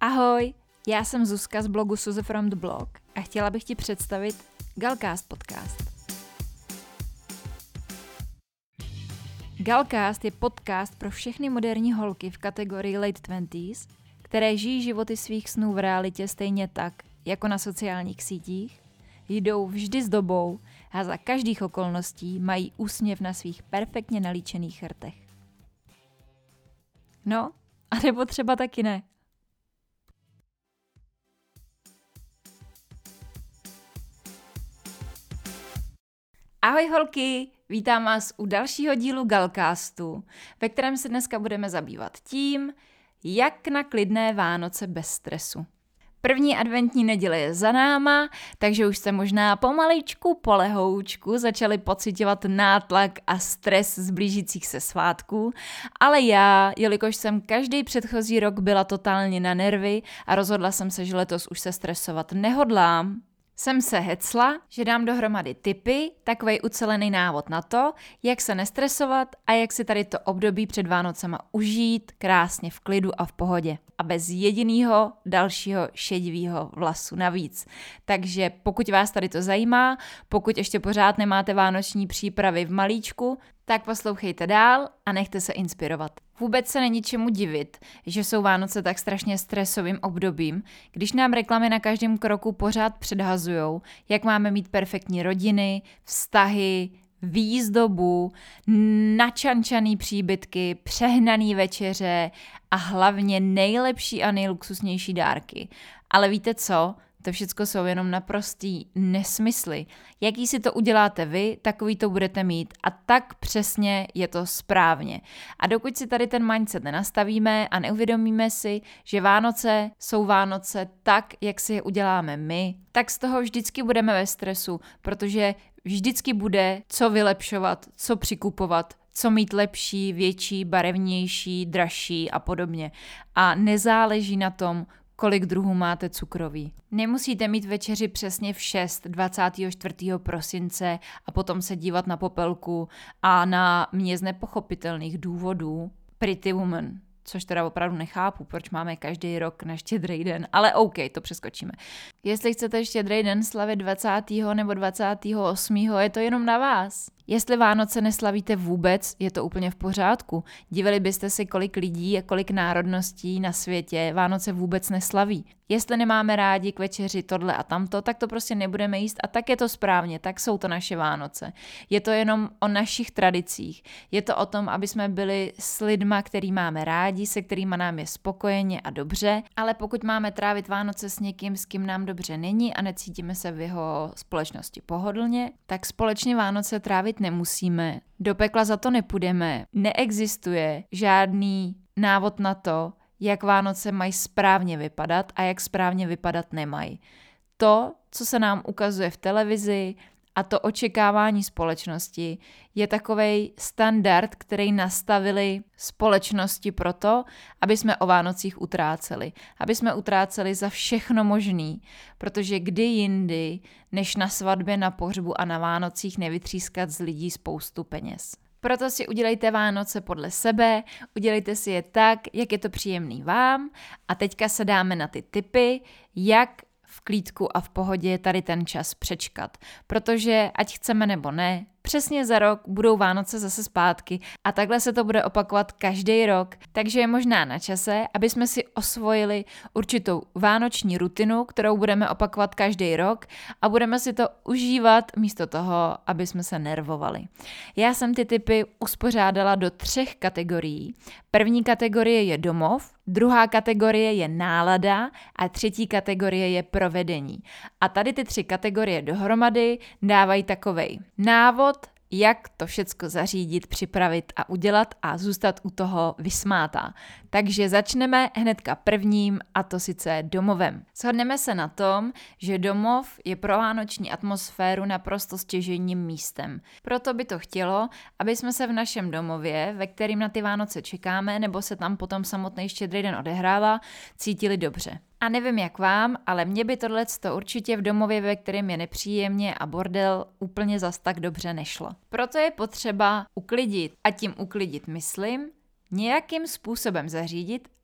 Ahoj, já jsem Zuzka z blogu Suze from the blog a chtěla bych ti představit Galcast podcast. Galcast je podcast pro všechny moderní holky v kategorii late 20s, které žijí životy svých snů v realitě stejně tak, jako na sociálních sítích, jdou vždy s dobou a za každých okolností mají úsměv na svých perfektně nalíčených rtech. No, anebo třeba taky ne. Ahoj holky, vítám vás u dalšího dílu Galcastu, ve kterém se dneska budeme zabývat tím, jak na klidné Vánoce bez stresu. První adventní neděle je za náma, takže už jste možná pomaličku, polehoučku začali pociťovat nátlak a stres z blížících se svátků, ale já, jelikož jsem každý předchozí rok byla totálně na nervy a rozhodla jsem se, že letos už se stresovat nehodlám, jsem se hecla, že dám dohromady tipy, takovej ucelený návod na to, jak se nestresovat a jak si tady to období před Vánocema užít krásně v klidu a v pohodě. A bez jediného dalšího šedivého vlasu navíc. Takže pokud vás tady to zajímá, pokud ještě pořád nemáte vánoční přípravy v malíčku, tak poslouchejte dál a nechte se inspirovat. Vůbec se není čemu divit, že jsou Vánoce tak strašně stresovým obdobím, když nám reklamy na každém kroku pořád předhazujou, jak máme mít perfektní rodiny, vztahy, výzdobu, načančaný příbytky, přehnaný večeře a hlavně nejlepší a nejluxusnější dárky. Ale víte co? To všecko jsou jenom naprostý nesmysly. Jaký si to uděláte vy, takový to budete mít a tak přesně je to správně. A dokud si tady ten mindset nenastavíme a neuvědomíme si, že Vánoce jsou Vánoce tak, jak si je uděláme my, tak z toho vždycky budeme ve stresu, protože vždycky bude co vylepšovat, co přikupovat, co mít lepší, větší, barevnější, dražší a podobně. A nezáleží na tom, kolik druhů máte cukroví. Nemusíte mít večeři přesně v 6, 24. prosince a potom se dívat na popelku a na mě z nepochopitelných důvodů Pretty Woman, což teda opravdu nechápu, proč máme každý rok na Štědrý den, ale OK, to přeskočíme. Jestli chcete Štědrý den slavit 20. nebo 28. je to jenom na vás. Jestli Vánoce neslavíte vůbec, je to úplně v pořádku. Divili byste si, kolik lidí a kolik národností na světě Vánoce vůbec neslaví. Jestli nemáme rádi k večeři tohle a tamto, tak to prostě nebudeme jíst a tak je to správně, tak jsou to naše Vánoce. Je to jenom o našich tradicích. Je to o tom, aby jsme byli s lidma, který máme rádi, se kterýma nám je spokojeně a dobře, ale pokud máme trávit Vánoce s někým, s kým nám dobře není a necítíme se v jeho společnosti pohodlně, tak společně Vánoce trávit nemusíme, do pekla za to nepůjdeme, neexistuje žádný návod na to, jak Vánoce mají správně vypadat a jak správně vypadat nemají. To, co se nám ukazuje v televizi a to očekávání společnosti je takovej standard, který nastavili společnosti proto, aby jsme o Vánocích utráceli. Aby jsme utráceli za všechno možný, protože kdy jindy, než na svatbě, na pohřbu a na Vánocích nevytřískat z lidí spoustu peněz. Proto si udělejte Vánoce podle sebe, udělejte si je tak, jak je to příjemný vám a teďka se dáme na ty tipy, jak v klídku a v pohodě tady ten čas přečkat. Protože ať chceme nebo ne, přesně za rok budou Vánoce zase zpátky a takhle se to bude opakovat každý rok, takže je možná na čase, aby jsme si osvojili určitou vánoční rutinu, kterou budeme opakovat každý rok a budeme si to užívat místo toho, aby jsme se nervovali. Já jsem ty tipy uspořádala do 3 kategorií. První kategorie je domov, druhá kategorie je nálada a třetí kategorie je provedení. A tady ty 3 kategorie dohromady dávají takovej návod, jak to všecko zařídit, připravit a udělat a zůstat u toho vysmátá. Takže začneme hnedka prvním a to sice domovem. Shodneme se na tom, že domov je pro vánoční atmosféru naprosto stěžejním místem. Proto by to chtělo, aby jsme se v našem domově, ve kterým na ty Vánoce čekáme nebo se tam potom samotný Štědrý den odehrává, cítili dobře. A nevím jak vám, ale mě by tohleto určitě v domově, ve kterém je nepříjemně a bordel, úplně zas tak dobře nešlo. Proto je potřeba uklidit, a tím uklidit myslím, nějakým způsobem zařídit,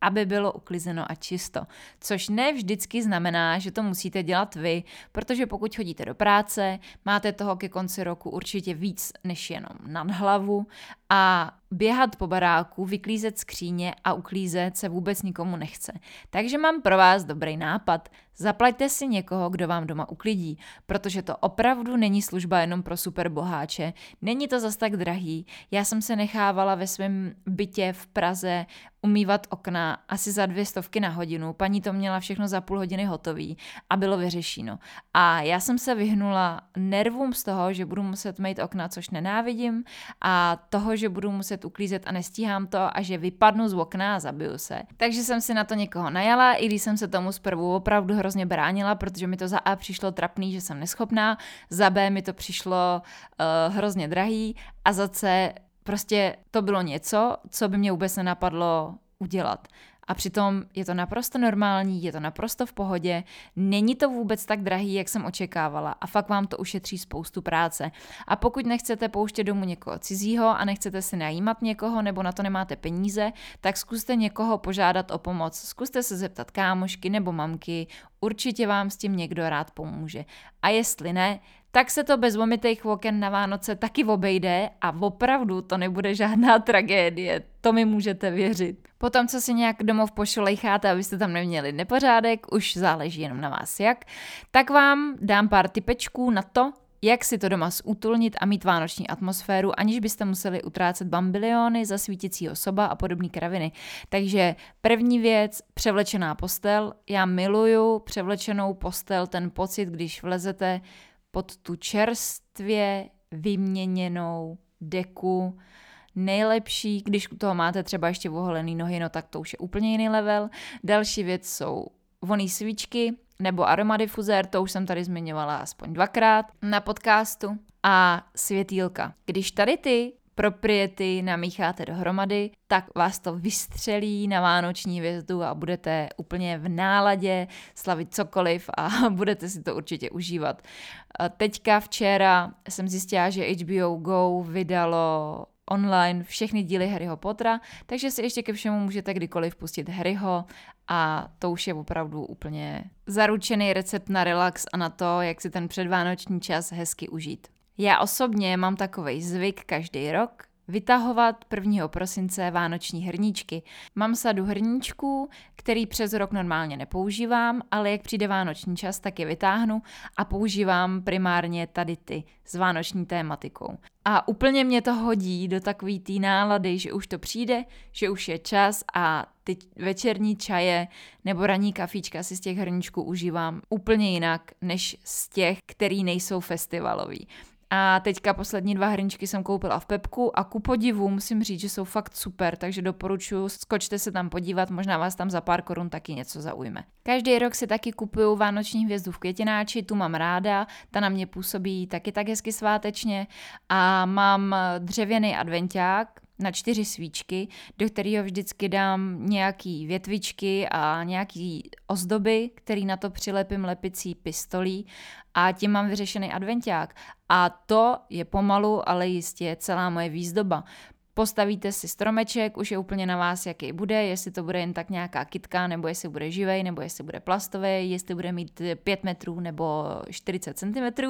aby bylo uklizeno a čisto. Což ne vždycky znamená, že to musíte dělat vy, protože pokud chodíte do práce, máte toho ke konci roku určitě víc než jenom nad hlavu a běhat po baráku, vyklízet skříně a uklízet se vůbec nikomu nechce. Takže mám pro vás dobrý nápad. Zaplaťte si někoho, kdo vám doma uklidí, protože to opravdu není služba jenom pro superboháče. Není to zas tak drahý. Já jsem se nechávala ve svém bytě v Praze umývat okna asi za 200 na hodinu. Paní to měla všechno za půl hodiny hotový a bylo vyřešeno. A já jsem se vyhnula nervům z toho, že budu muset mýt okna, což nenávidím, a toho, že budu muset uklízet a nestíhám to a že vypadnu z okna a zabiju se. Takže jsem si na to někoho najala, i když jsem se tomu zprvu opravdu hrozně bránila, protože mi to za A přišlo trapný, že jsem neschopná, za B mi to přišlo hrozně drahý a za C prostě to bylo něco, co by mě vůbec nenapadlo udělat. A přitom je to naprosto normální, je to naprosto v pohodě, není to vůbec tak drahý, jak jsem očekávala a fakt vám to ušetří spoustu práce. A pokud nechcete pouštět domů někoho cizího a nechcete si najímat někoho nebo na to nemáte peníze, tak zkuste někoho požádat o pomoc. Zkuste se zeptat kámošky nebo mamky, určitě vám s tím někdo rád pomůže. A jestli ne, tak se to bez omytých oken na Vánoce taky obejde a opravdu to nebude žádná tragédie, to mi můžete věřit. Potom, co si nějak domov pošolejcháte, abyste tam neměli nepořádek, už záleží jenom na vás jak, tak vám dám pár tipečků na to, jak si to doma zútulnit a mít vánoční atmosféru, aniž byste museli utrácet bambiliony za svítícího soba a podobné kraviny. Takže první věc, převlečená postel. Já miluju převlečenou postel, ten pocit, když vlezete pod tu čerstvě vyměněnou deku. Nejlepší, když u toho máte třeba ještě oholený nohy, no tak to už je úplně jiný level. Další věc jsou vonný svíčky nebo aromadifuzér, to už jsem tady zmiňovala aspoň 2krát na podcastu. A světýlka. Když tady ty propriety namícháte dohromady, tak vás to vystřelí na vánoční hvězdu a budete úplně v náladě slavit cokoliv a budete si to určitě užívat. Teďka včera jsem zjistila, že HBO Go vydalo online všechny díly Harryho Pottera, takže si ještě ke všemu můžete kdykoliv pustit Harryho a to už je opravdu úplně zaručený recept na relax a na to, jak si ten předvánoční čas hezky užít. Já osobně mám takovej zvyk každý rok vytahovat 1. prosince vánoční hrníčky. Mám sadu hrníčků, který přes rok normálně nepoužívám, ale jak přijde vánoční čas, tak je vytáhnu a používám primárně tady ty s vánoční tématikou. A úplně mě to hodí do takový té nálady, že už to přijde, že už je čas a ty večerní čaje nebo ranní kafíčka si z těch hrníčků užívám úplně jinak, než z těch, který nejsou festivalový. A teďka poslední 2 hrníčky jsem koupila v Pepku a ku podivu musím říct, že jsou fakt super, takže doporučuji, skočte se tam podívat, možná vás tam za pár korun taky něco zaujme. Každý rok si taky kupuju vánoční hvězdu v květináči, tu mám ráda, ta na mě působí taky tak hezky svátečně a mám dřevěný adventák na 4 svíčky, do kterého vždycky dám nějaký větvičky a nějaký ozdoby, který na to přilepím lepicí pistolí a tím mám vyřešený adventák. A to je pomalu, ale jistě celá moje výzdoba. Postavíte si stromeček, už je úplně na vás, jaký bude, jestli to bude jen tak nějaká kytka, nebo jestli bude živej, nebo jestli bude plastový, jestli bude mít 5 metrů nebo 40 cm.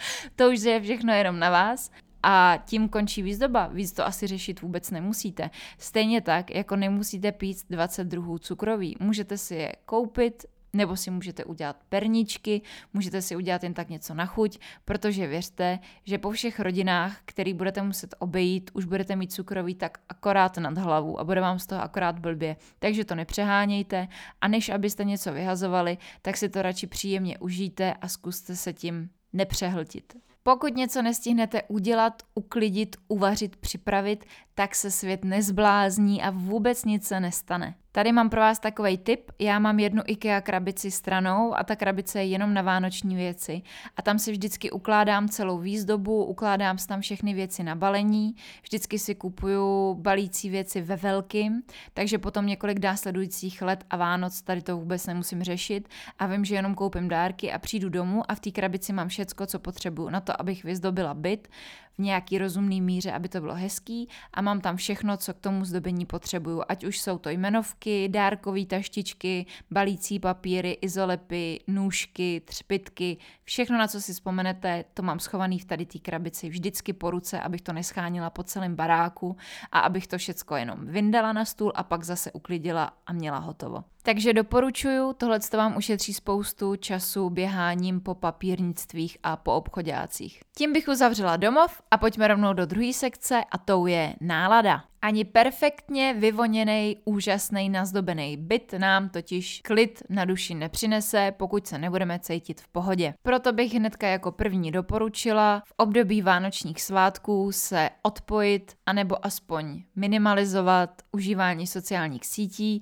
To už je všechno jenom na vás. A tím končí výzdoba. Víc to asi řešit vůbec nemusíte. Stejně tak, jako nemusíte pít 20 druhů cukroví. Můžete si je koupit, nebo si můžete udělat perničky, můžete si udělat jen tak něco na chuť, protože věřte, že po všech rodinách, který budete muset obejít, už budete mít cukroví tak akorát nad hlavu a bude vám z toho akorát blbě. Takže to nepřehánějte a než abyste něco vyhazovali, tak si to radši příjemně užijte a zkuste se tím nepřehltit. Pokud něco nestihnete udělat, uklidit, uvařit, připravit, tak se svět nezblázní a vůbec nic se nestane. Tady mám pro vás takovej tip, já mám jednu IKEA krabici stranou a ta krabice je jenom na vánoční věci a tam si vždycky ukládám celou výzdobu, ukládám si tam všechny věci na balení, vždycky si kupuju balící věci ve velkým, takže potom několik následujících let a Vánoc tady to vůbec nemusím řešit a vím, že jenom koupím dárky a přijdu domů a v té krabici mám všecko, co potřebuju na to, abych vyzdobila byt v nějaký rozumný míře, aby to bylo hezký a mám tam všechno, co k tomu zdobení potřebuju, ať už jsou to jmenovky, tašky, dárkové taštičky, balící papíry, izolepy, nůžky, třpytky, všechno, na co si vzpomenete, to mám schovaný v tady té krabici vždycky po ruce, abych to neschánila po celém baráku a abych to všecko jenom vyndala na stůl a pak zase uklidila a měla hotovo. Takže doporučuju, tohle vám ušetří spoustu času běháním po papírnictvích a po obchodácích. Tím bych uzavřela domov a pojďme rovnou do druhé sekce a tou je nálada. Ani perfektně vyvoněnej, úžasnej, nazdobený byt nám totiž klid na duši nepřinese, pokud se nebudeme cítit v pohodě. Proto bych hnedka jako první doporučila v období vánočních svátků se odpojit anebo aspoň minimalizovat užívání sociálních sítí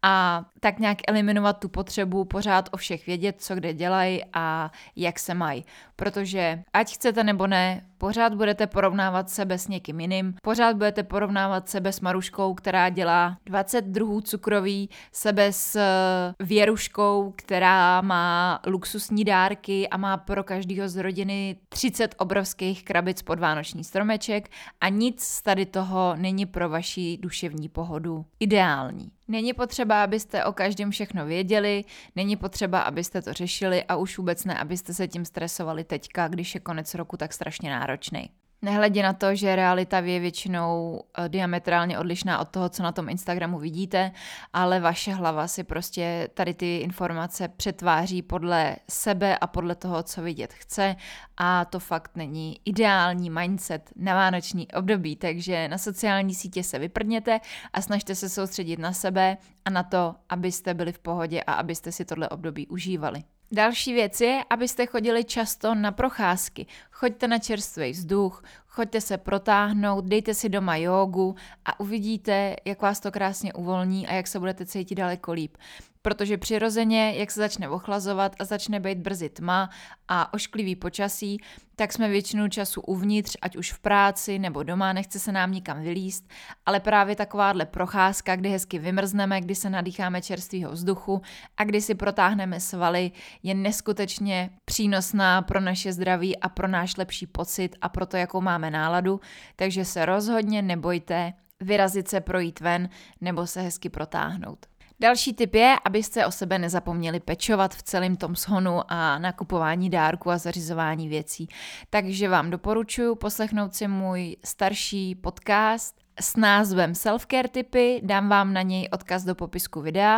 a tak nějak eliminovat tu potřebu pořád o všech vědět, co kde dělají a jak se mají. Protože ať chcete nebo ne, pořád budete porovnávat sebe s někým jiným, pořád budete porovnávat sebe s Maruškou, která dělá 20 druhů cukroví, sebe s Věruškou, která má luxusní dárky a má pro každýho z rodiny 30 obrovských krabic pod vánoční stromeček a nic z tady toho není pro vaši duševní pohodu ideální. Není potřeba, abyste o každém všechno věděli, není potřeba, abyste to řešili a už vůbec ne, abyste se tím stresovali teďka, když je konec roku tak strašně náročný. Nehledě na to, že realita je většinou diametrálně odlišná od toho, co na tom Instagramu vidíte, ale vaše hlava si prostě tady ty informace přetváří podle sebe a podle toho, co vidět chce a to fakt není ideální mindset na vánoční období, takže na sociální sítě se vyprdněte a snažte se soustředit na sebe a na to, abyste byli v pohodě a abyste si tohle období užívali. Další věc je, abyste chodili často na procházky. Choďte na čerstvý vzduch, choďte se protáhnout, dejte si doma jógu a uvidíte, jak vás to krásně uvolní a jak se budete cítit daleko líp. Protože přirozeně, jak se začne ochlazovat a začne být brzy tma a ošklivý počasí, tak jsme většinu času uvnitř, ať už v práci nebo doma, nechce se nám nikam vylízt, ale právě takováhle procházka, kdy hezky vymrzneme, kdy se nadýcháme čerstvého vzduchu a kdy si protáhneme svaly, je neskutečně přínosná pro naše zdraví a pro náš lepší pocit a pro to, jakou máme náladu, takže se rozhodně nebojte vyrazit se projít ven nebo se hezky protáhnout. Další tip je, abyste o sebe nezapomněli pečovat v celém tom shonu a nakupování dárku a zařizování věcí. Takže vám doporučuji poslechnout si můj starší podcast s názvem Self-care tipy, dám vám na něj odkaz do popisku videa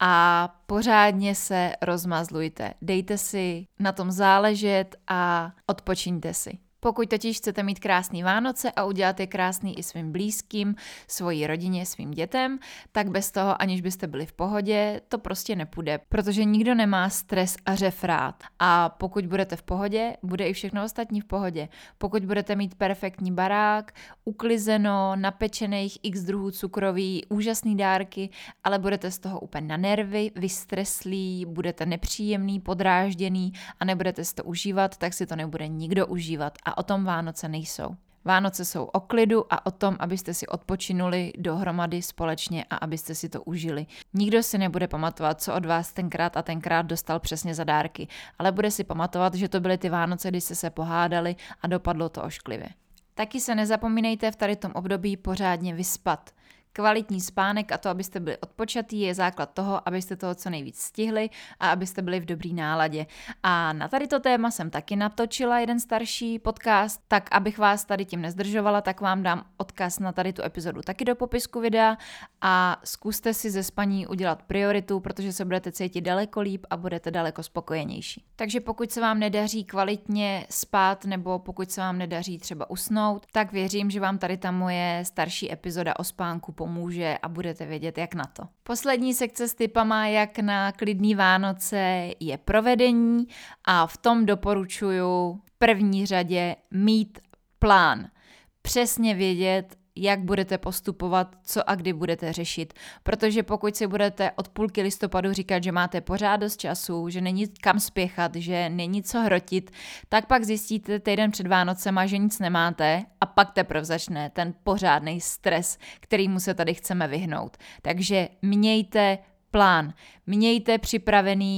a pořádně se rozmazlujte. Dejte si na tom záležet a odpočiňte si. Pokud totiž chcete mít krásný Vánoce a udělat je krásný i svým blízkým, svojí rodině, svým dětem, tak bez toho, aniž byste byli v pohodě, to prostě nepůjde, protože nikdo nemá stres a řev rád. A pokud budete v pohodě, bude i všechno ostatní v pohodě. Pokud budete mít perfektní barák, uklizeno, napečených x druhů cukroví, úžasný dárky, ale budete z toho úplně na nervy, vystreslí, budete nepříjemný, podrážděný a nebudete si to užívat, tak si to nebude nikdo užívat. A o tom Vánoce nejsou. Vánoce jsou o klidu a o tom, abyste si odpočinuli dohromady společně a abyste si to užili. Nikdo si nebude pamatovat, co od vás tenkrát a tenkrát dostal přesně za dárky, ale bude si pamatovat, že to byly ty Vánoce, kdy jste se pohádali a dopadlo to ošklivě. Taky se nezapomínejte v tady tom období pořádně vyspat. Kvalitní spánek a to, abyste byli odpočatý, je základ toho, abyste toho co nejvíc stihli a abyste byli v dobrý náladě. A na tady to téma jsem taky natočila jeden starší podcast, tak abych vás tady tím nezdržovala, tak vám dám odkaz na tady tu epizodu taky do popisku videa a zkuste si ze spaní udělat prioritu, protože se budete cítit daleko líp a budete daleko spokojenější. Takže pokud se vám nedaří kvalitně spát nebo pokud se vám nedaří třeba usnout, tak věřím, že vám tady ta moje starší epizoda o spánku pomůže a budete vědět, jak na to. Poslední sekce s tipama, jak na klidný Vánoce, je provedení a v tom doporučuji v první řadě mít plán. Přesně vědět, jak budete postupovat, co a kdy budete řešit. Protože pokud si budete od půlky listopadu říkat, že máte pořád dost času, že není kam spěchat, že není co hrotit, tak pak zjistíte týden před Vánocema, že nic nemáte a pak teprve začne ten pořádný stres, kterýmu se tady chceme vyhnout. Takže mějte plán, mějte připravený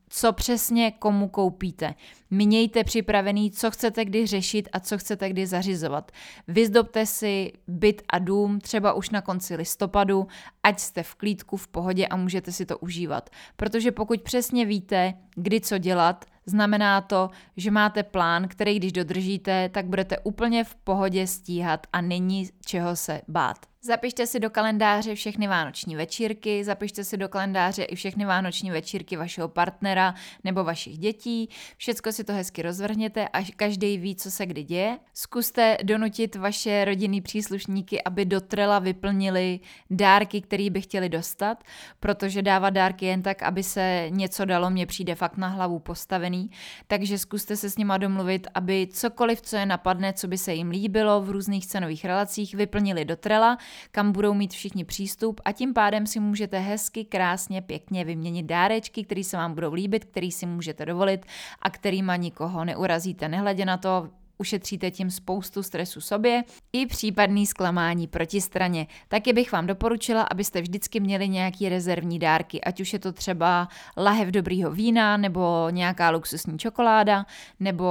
co přesně komu koupíte. Mějte připravený, co chcete kdy řešit a co chcete kdy zařizovat. Vyzdobte si byt a dům třeba už na konci listopadu, ať jste v klídku, v pohodě a můžete si to užívat. Protože pokud přesně víte, kdy co dělat, znamená to, že máte plán, který když dodržíte, tak budete úplně v pohodě stíhat a není čeho se bát. Zapište si do kalendáře všechny vánoční večírky, zapište si do kalendáře i všechny vánoční večírky vašeho partnera nebo vašich dětí. Všecko si to hezky rozvrhněte a každý ví, co se kdy děje. Zkuste donutit vaše rodinný příslušníky, aby do Trella vyplnili dárky, které by chtěli dostat, protože dávat dárky jen tak, aby se něco dalo, mně přijde fakt na hlavu postavený. Takže zkuste se s nima domluvit, aby cokoliv, co je napadne, co by se jim líbilo v různých cenových relacích, vyplnili do Trella, kam budou mít všichni přístup a tím pádem si můžete hezky, krásně, pěkně vyměnit dárečky, které se vám budou líbit, který si můžete dovolit a kterýma nikoho neurazíte. Nehledě na to, ušetříte tím spoustu stresu sobě i případný zklamání proti straně. Taky bych vám doporučila, abyste vždycky měli nějaký rezervní dárky, ať už je to třeba lahev dobrýho vína, nebo nějaká luxusní čokoláda, nebo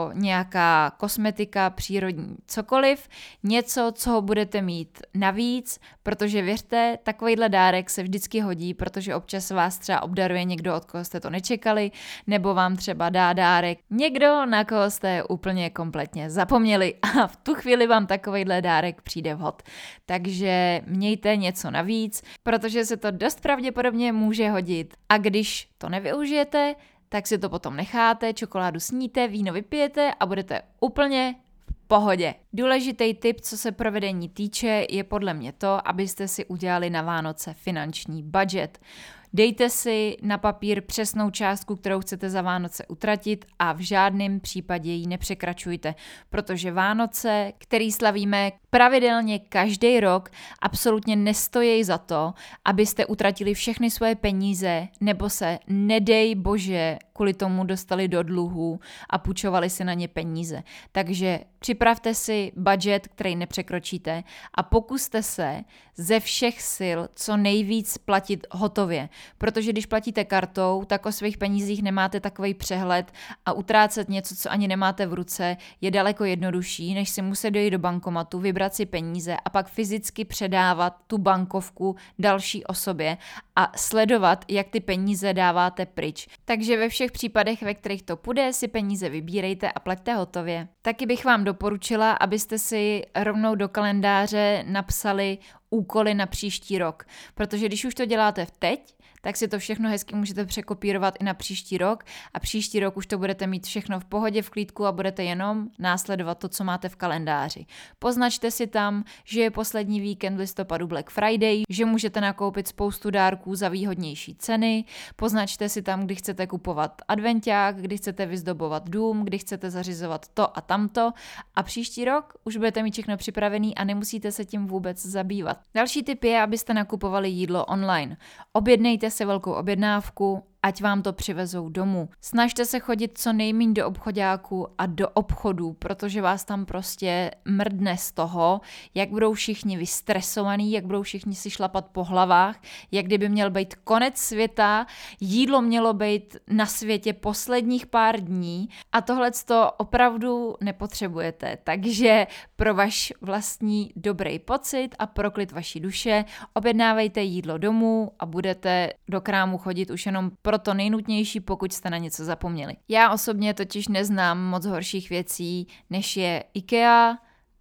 nějaká kosmetika, přírodní, cokoliv. Něco, co ho budete mít navíc, protože věřte, takovýhle dárek se vždycky hodí, protože občas vás třeba obdaruje někdo, od koho jste to nečekali, nebo vám třeba dá dárek někdo, na koho jste úplně kompletně zapomněli a v tu chvíli vám takovejhle dárek přijde vhod. Takže mějte něco navíc, protože se to dost pravděpodobně může hodit. A když to nevyužijete, tak si to potom necháte, čokoládu sníte, víno vypijete a budete úplně v pohodě. Důležitý tip, co se provedení týče, je podle mě to, abyste si udělali na Vánoce finanční budget. Dejte si na papír přesnou částku, kterou chcete za Vánoce utratit a v žádném případě ji nepřekračujte, protože Vánoce, který slavíme pravidelně každý rok, absolutně nestojí za to, abyste utratili všechny svoje peníze nebo se, nedej bože, kvůli tomu dostali do dluhů a půjčovali si na ně peníze. Takže připravte si budget, který nepřekročíte a pokuste se ze všech sil co nejvíc platit hotově. Protože když platíte kartou, tak o svých penězích nemáte takovej přehled a utrácet něco, co ani nemáte v ruce, je daleko jednodušší, než si muset dojít do bankomatu, vybrat si peníze a pak fyzicky předávat tu bankovku další osobě a sledovat, jak ty peníze dáváte pryč. Takže ve všech případech, ve kterých to půjde, si peníze vybírejte a plaťte hotově. Taky bych vám doporučila, abyste si rovnou do kalendáře napsali úkoly na příští rok, protože když už to děláte teď, tak si to všechno hezky můžete překopírovat i na příští rok a příští rok už to budete mít všechno v pohodě, v klídku a budete jenom následovat to, co máte v kalendáři. Poznačte si tam, že je poslední víkend listopadu Black Friday, že můžete nakoupit spoustu dárků za výhodnější ceny, poznačte si tam, kdy chcete kupovat adventák, kdy chcete vyzdobovat dům, kdy chcete zařizovat to a tamto a příští rok už budete mít všechno připravený a nemusíte se tím vůbec zabývat. Další tip je, abyste nakupovali jídlo online. Objednejte si velkou objednávku, ať vám to přivezou domů. Snažte se chodit co nejméně do obchodáků a do obchodů, protože vás tam prostě mrdne z toho, jak budou všichni vystresovaní, jak budou všichni si šlapat po hlavách, jak kdyby měl být konec světa, jídlo mělo být na světě posledních pár dní a tohleto opravdu nepotřebujete. Takže pro váš vlastní dobrý pocit a pro klid vaší duše objednávejte jídlo domů a budete do krámu chodit už jenom pro to nejnutnější, pokud jste na něco zapomněli. Já osobně totiž neznám moc horších věcí, než je IKEA,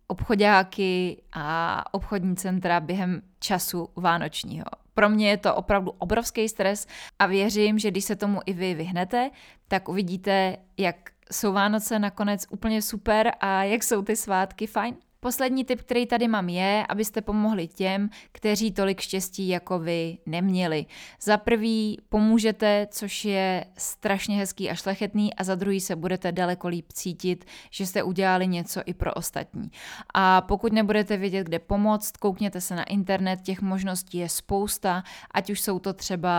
obchodáky a obchodní centra během času vánočního. Pro mě je to opravdu obrovský stres a věřím, že když se tomu i vy vyhnete, tak uvidíte, jak jsou Vánoce nakonec úplně super a jak jsou ty svátky fajn. Poslední tip, který tady mám, je, abyste pomohli těm, kteří tolik štěstí jako vy neměli. Za prvý pomůžete, což je strašně hezký a šlechetný, a za druhý se budete daleko líp cítit, že jste udělali něco i pro ostatní. A pokud nebudete vědět, kde pomoct, koukněte se na internet, těch možností je spousta, ať už jsou to třeba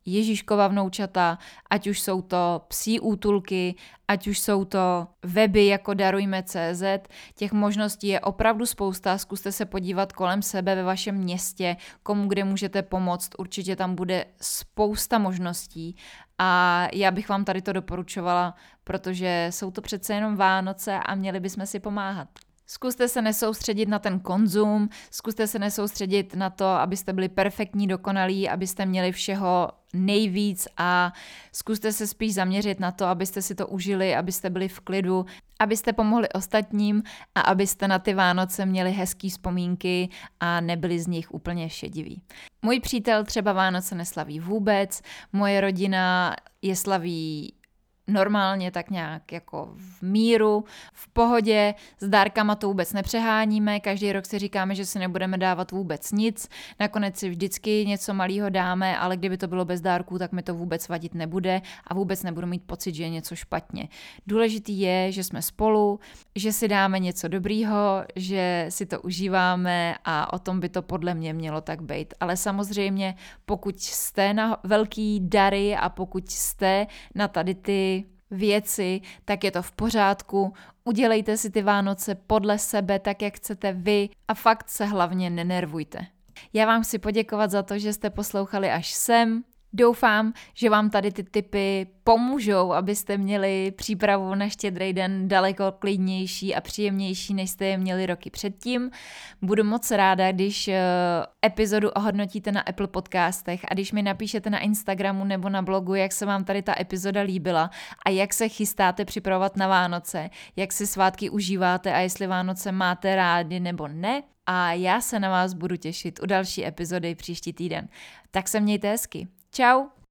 Ježíškova vnoučata, ať už jsou to psí útulky, ať už jsou to weby jako darujme.cz, těch možností je opravdu spousta, zkuste se podívat kolem sebe ve vašem městě, komu kde můžete pomoct, určitě tam bude spousta možností a já bych vám tady to doporučovala, protože jsou to přece jenom Vánoce a měli bychom si pomáhat. Zkuste se nesoustředit na ten konzum, zkuste se nesoustředit na to, abyste byli perfektní, dokonalí, abyste měli všeho nejvíc a zkuste se spíš zaměřit na to, abyste si to užili, abyste byli v klidu, abyste pomohli ostatním a abyste na ty Vánoce měli hezký vzpomínky a nebyli z nich úplně šediví. Můj přítel třeba Vánoce neslaví vůbec, moje rodina je slaví normálně tak nějak jako v míru, v pohodě, s dárkama to vůbec nepřeháníme, každý rok si říkáme, že si nebudeme dávat vůbec nic, nakonec si vždycky něco malého dáme, ale kdyby to bylo bez dárků, tak mi to vůbec vadit nebude a vůbec nebudu mít pocit, že je něco špatně. Důležitý je, že jsme spolu, že si dáme něco dobrýho, že si to užíváme a o tom by to podle mě mělo tak být. Ale samozřejmě, pokud jste na velký dary a pokud jste na tady ty věci, tak je to v pořádku. Udělejte si ty Vánoce podle sebe, tak jak chcete vy a fakt se hlavně nenervujte. Já vám chci poděkovat za to, že jste poslouchali až sem. Doufám, že vám tady ty tipy pomůžou, abyste měli přípravu na Štědrý den daleko klidnější a příjemnější, než jste je měli roky předtím. Budu moc ráda, když epizodu ohodnotíte na Apple Podcastech a když mi napíšete na Instagramu nebo na blogu, jak se vám tady ta epizoda líbila a jak se chystáte připravovat na Vánoce, jak si svátky užíváte a jestli Vánoce máte rádi nebo ne. A já se na vás budu těšit u další epizody příští týden. Tak se mějte hezky. Čau!